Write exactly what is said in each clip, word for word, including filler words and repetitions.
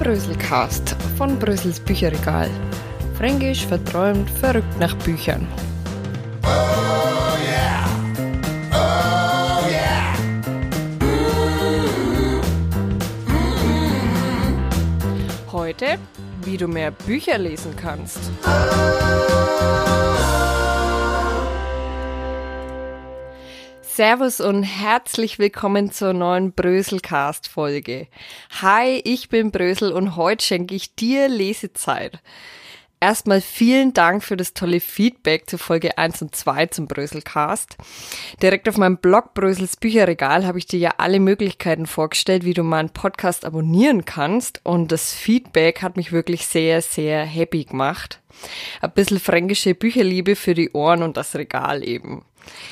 Bröselcast von Brösels Bücherregal. Fränkisch verträumt, verrückt nach Büchern. Oh yeah. Oh yeah. Heute, wie du mehr Bücher lesen kannst. Servus und herzlich willkommen zur neuen Bröselcast-Folge. Hi, ich bin Brösel und heute schenke ich dir Lesezeit. Erstmal vielen Dank für das tolle Feedback zu Folge eins und zwei zum Bröselcast. Direkt auf meinem Blog Brösels Bücherregal habe ich dir ja alle Möglichkeiten vorgestellt, wie du meinen Podcast abonnieren kannst, und das Feedback hat mich wirklich sehr, sehr happy gemacht. Ein bisschen fränkische Bücherliebe für die Ohren und das Regal eben.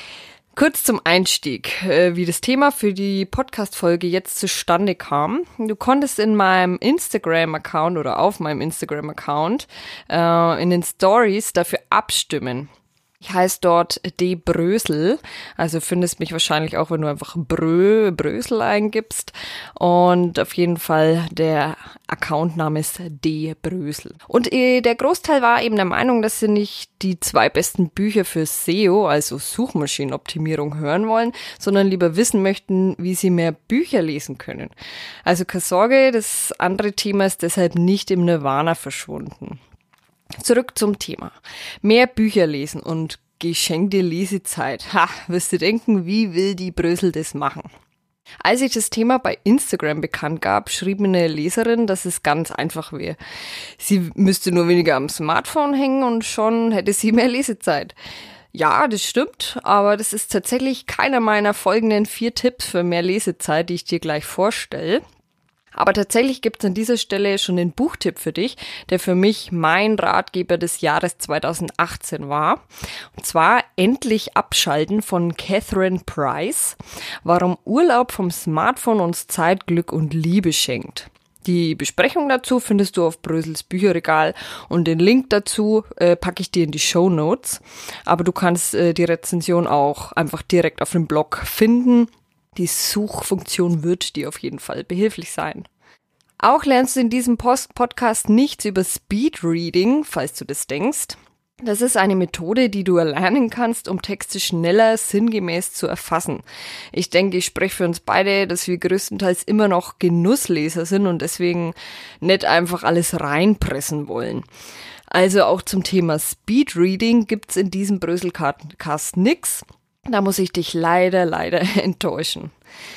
Kurz zum Einstieg, wie das Thema für die Podcast-Folge jetzt zustande kam. Du konntest in meinem Instagram-Account oder auf meinem Instagram-Account äh, in den Stories dafür abstimmen. Ich heiße dort dbrösel, also findest mich wahrscheinlich auch, wenn du einfach Brö, Brösel eingibst, und auf jeden Fall der Accountname ist dbrösel. Und äh, der Großteil war eben der Meinung, dass sie nicht die zwei besten Bücher für S E O, also Suchmaschinenoptimierung, hören wollen, sondern lieber wissen möchten, wie sie mehr Bücher lesen können. Also keine Sorge, das andere Thema ist deshalb nicht im Nirvana verschwunden. Zurück zum Thema. Mehr Bücher lesen und geschenkte Lesezeit. Ha, wirst du denken, wie will die Brösel das machen? Als ich das Thema bei Instagram bekannt gab, schrieb mir eine Leserin, dass es ganz einfach wäre. Sie müsste nur weniger am Smartphone hängen und schon hätte sie mehr Lesezeit. Ja, das stimmt, aber das ist tatsächlich keiner meiner folgenden vier Tipps für mehr Lesezeit, die ich dir gleich vorstelle. Aber tatsächlich gibt es an dieser Stelle schon den Buchtipp für dich, der für mich mein Ratgeber des Jahres zweitausendachtzehn war. Und zwar Endlich abschalten von Catherine Price, warum Urlaub vom Smartphone uns Zeit, Glück und Liebe schenkt. Die Besprechung dazu findest du auf Brösels Bücherregal und den Link dazu äh, packe ich dir in die Shownotes. Aber du kannst äh, die Rezension auch einfach direkt auf dem Blog finden. Die Suchfunktion wird dir auf jeden Fall behilflich sein. Auch lernst du in diesem Post- Podcast nichts über Speedreading, falls du das denkst. Das ist eine Methode, die du erlernen kannst, um Texte schneller, sinngemäß zu erfassen. Ich denke, ich spreche für uns beide, dass wir größtenteils immer noch Genussleser sind und deswegen nicht einfach alles reinpressen wollen. Also auch zum Thema Speedreading gibt's in diesem Bröselcast nix. Da muss ich dich leider, leider enttäuschen.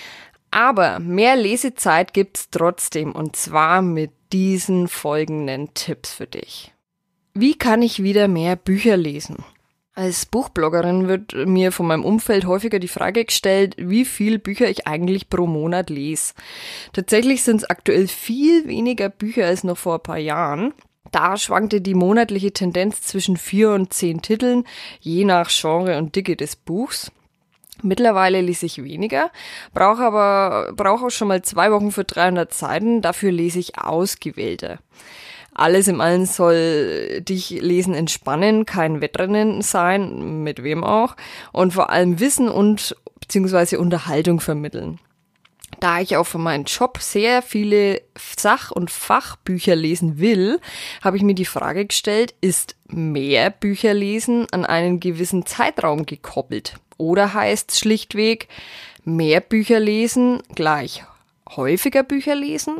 Aber mehr Lesezeit gibt's trotzdem, und zwar mit diesen folgenden Tipps für dich. Wie kann ich wieder mehr Bücher lesen? Als Buchbloggerin wird mir von meinem Umfeld häufiger die Frage gestellt, wie viel Bücher ich eigentlich pro Monat lese. Tatsächlich sind es aktuell viel weniger Bücher als noch vor ein paar Jahren. Da schwankte die monatliche Tendenz zwischen vier und zehn Titeln, je nach Genre und Dicke des Buchs. Mittlerweile lese ich weniger, brauche aber brauche auch schon mal zwei Wochen für dreihundert Seiten, dafür lese ich ausgewählte. Alles im Allen soll dich Lesen entspannen, kein Wettrennen sein, mit wem auch, und vor allem Wissen und beziehungsweise Unterhaltung vermitteln. Da ich auch für meinen Job sehr viele Sach- und Fachbücher lesen will, habe ich mir die Frage gestellt, ist mehr Bücher lesen an einen gewissen Zeitraum gekoppelt? Oder heißt es schlichtweg, mehr Bücher lesen gleich häufiger Bücher lesen?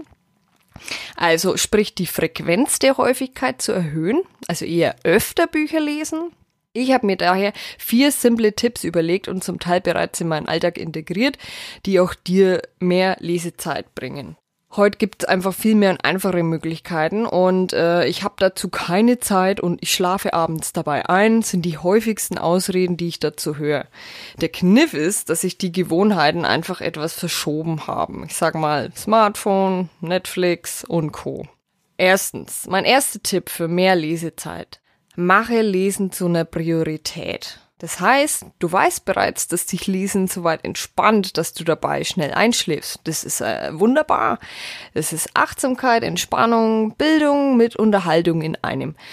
Also sprich die Frequenz der Häufigkeit zu erhöhen, also eher öfter Bücher lesen? Ich habe mir daher vier simple Tipps überlegt und zum Teil bereits in meinen Alltag integriert, die auch dir mehr Lesezeit bringen. Heute gibt es einfach viel mehr und einfache Möglichkeiten und äh, ich habe dazu keine Zeit und ich schlafe abends dabei ein, sind die häufigsten Ausreden, die ich dazu höre. Der Kniff ist, dass sich die Gewohnheiten einfach etwas verschoben haben. Ich sag mal Smartphone, Netflix und Co. Erstens, mein erster Tipp für mehr Lesezeit. Mache Lesen zu einer Priorität. Das heißt, du weißt bereits, dass dich Lesen soweit entspannt, dass du dabei schnell einschläfst. Das ist äh, wunderbar. Das ist Achtsamkeit, Entspannung, Bildung mit Unterhaltung in einem.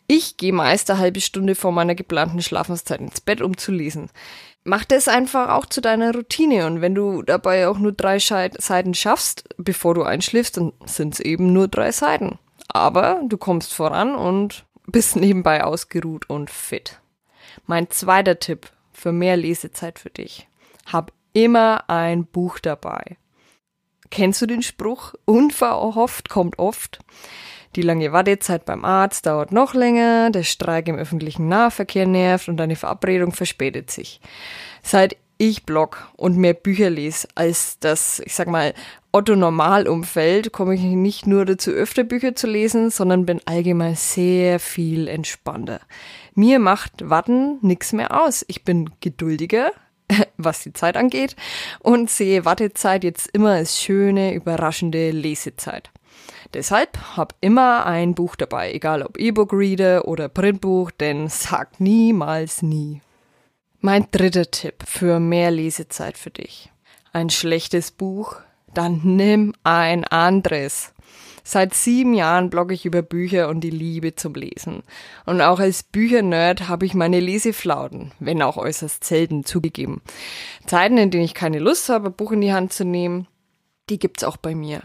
Ich gehe meist eine halbe Stunde vor meiner geplanten Schlafenszeit ins Bett, um zu lesen. Mach das einfach auch zu deiner Routine und wenn du dabei auch nur drei Seiten schaffst, bevor du einschläfst, dann sind es eben nur drei Seiten. Aber du kommst voran und bist nebenbei ausgeruht und fit. Mein zweiter Tipp für mehr Lesezeit für dich. Hab immer ein Buch dabei. Kennst du den Spruch? Unverhofft kommt oft. Die lange Wartezeit beim Arzt dauert noch länger, der Streik im öffentlichen Nahverkehr nervt und deine Verabredung verspätet sich. Seit ich blog und mehr Bücher lese als das, ich sag mal, Otto-Normal-Umfeld, komme ich nicht nur dazu, öfter Bücher zu lesen, sondern bin allgemein sehr viel entspannter. Mir macht Warten nichts mehr aus. Ich bin geduldiger, was die Zeit angeht, und sehe Wartezeit jetzt immer als schöne, überraschende Lesezeit. Deshalb hab immer ein Buch dabei, egal ob E-Book-Reader oder Printbuch, denn sag niemals nie. Mein dritter Tipp für mehr Lesezeit für dich. Ein schlechtes Buch? Dann nimm ein anderes. Seit sieben Jahren blogge ich über Bücher und die Liebe zum Lesen. Und auch als Büchernerd habe ich meine Leseflauten, wenn auch äußerst selten, zugegeben. Zeiten, in denen ich keine Lust habe, ein Buch in die Hand zu nehmen, die gibt's auch bei mir.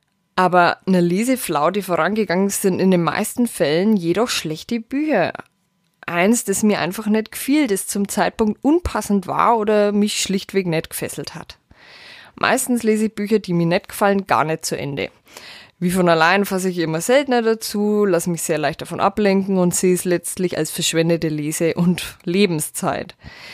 Aber eine Leseflaute vorangegangen sind in den meisten Fällen jedoch schlechte Bücher. Eins, das mir einfach nicht gefiel, das zum Zeitpunkt unpassend war oder mich schlichtweg nicht gefesselt hat. Meistens lese ich Bücher, die mir nicht gefallen, gar nicht zu Ende. Wie von allein fasse ich immer seltener dazu, lasse mich sehr leicht davon ablenken und sehe es letztlich als verschwendete Lese- und Lebenszeit.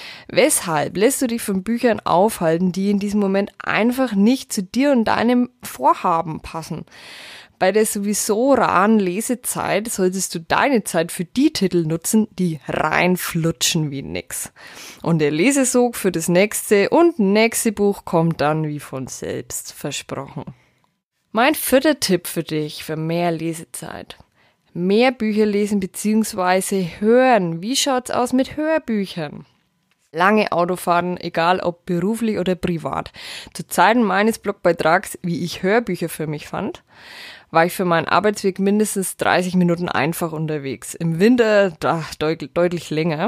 Weshalb lässt du dich von Büchern aufhalten, die in diesem Moment einfach nicht zu dir und deinem Vorhaben passen? Bei der sowieso raren Lesezeit solltest du deine Zeit für die Titel nutzen, die reinflutschen wie nix. Und der Lesesog für das nächste und nächste Buch kommt dann wie von selbst, versprochen. Mein vierter Tipp für dich für mehr Lesezeit. Mehr Bücher lesen bzw. hören. Wie schaut's aus mit Hörbüchern? Lange Autofahrten, egal ob beruflich oder privat. Zu Zeiten meines Blogbeitrags, wie ich Hörbücher für mich fand, war ich für meinen Arbeitsweg mindestens dreißig Minuten einfach unterwegs. Im Winter da, deut- deutlich länger.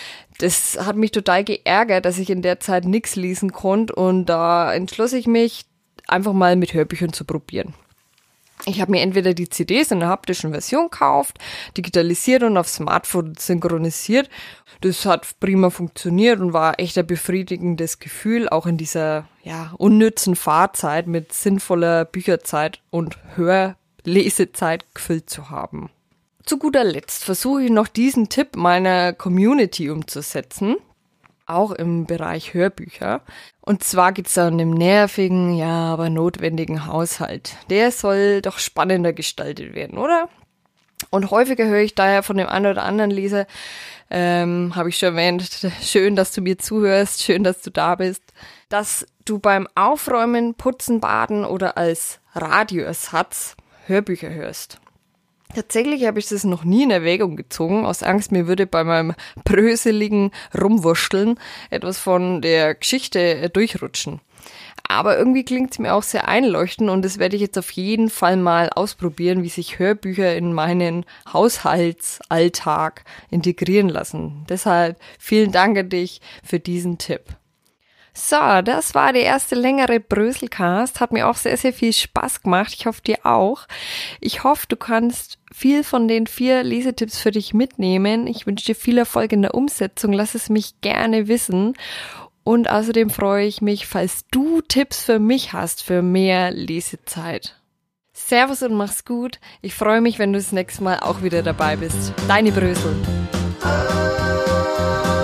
Das hat mich total geärgert, dass ich in der Zeit nichts lesen konnte und da entschloss ich mich, einfach mal mit Hörbüchern zu probieren. Ich habe mir entweder die C Ds in der haptischen Version gekauft, digitalisiert und auf Smartphone synchronisiert. Das hat prima funktioniert und war echt ein befriedigendes Gefühl, auch in dieser ja unnützen Fahrzeit mit sinnvoller Bücherzeit und Hörlesezeit gefüllt zu haben. Zu guter Letzt versuche ich noch diesen Tipp meiner Community umzusetzen. Auch im Bereich Hörbücher. Und zwar geht's da um den nervigen, ja, aber notwendigen Haushalt. Der soll doch spannender gestaltet werden, oder? Und häufiger höre ich daher von dem einen oder anderen Leser, ähm, habe ich schon erwähnt, schön, dass du mir zuhörst, schön, dass du da bist, dass du beim Aufräumen, Putzen, Baden oder als Radioersatz Hörbücher hörst. Tatsächlich habe ich das noch nie in Erwägung gezogen, aus Angst, mir würde bei meinem bröseligen Rumwurschteln etwas von der Geschichte durchrutschen. Aber irgendwie klingt es mir auch sehr einleuchtend und das werde ich jetzt auf jeden Fall mal ausprobieren, wie sich Hörbücher in meinen Haushaltsalltag integrieren lassen. Deshalb vielen Dank an dich für diesen Tipp. So, das war der erste längere Bröselcast. Hat mir auch sehr, sehr viel Spaß gemacht. Ich hoffe, dir auch. Ich hoffe, du kannst viel von den vier Lesetipps für dich mitnehmen. Ich wünsche dir viel Erfolg in der Umsetzung. Lass es mich gerne wissen. Und außerdem freue ich mich, falls du Tipps für mich hast für mehr Lesezeit. Servus und mach's gut. Ich freue mich, wenn du das nächste Mal auch wieder dabei bist. Deine Brösel.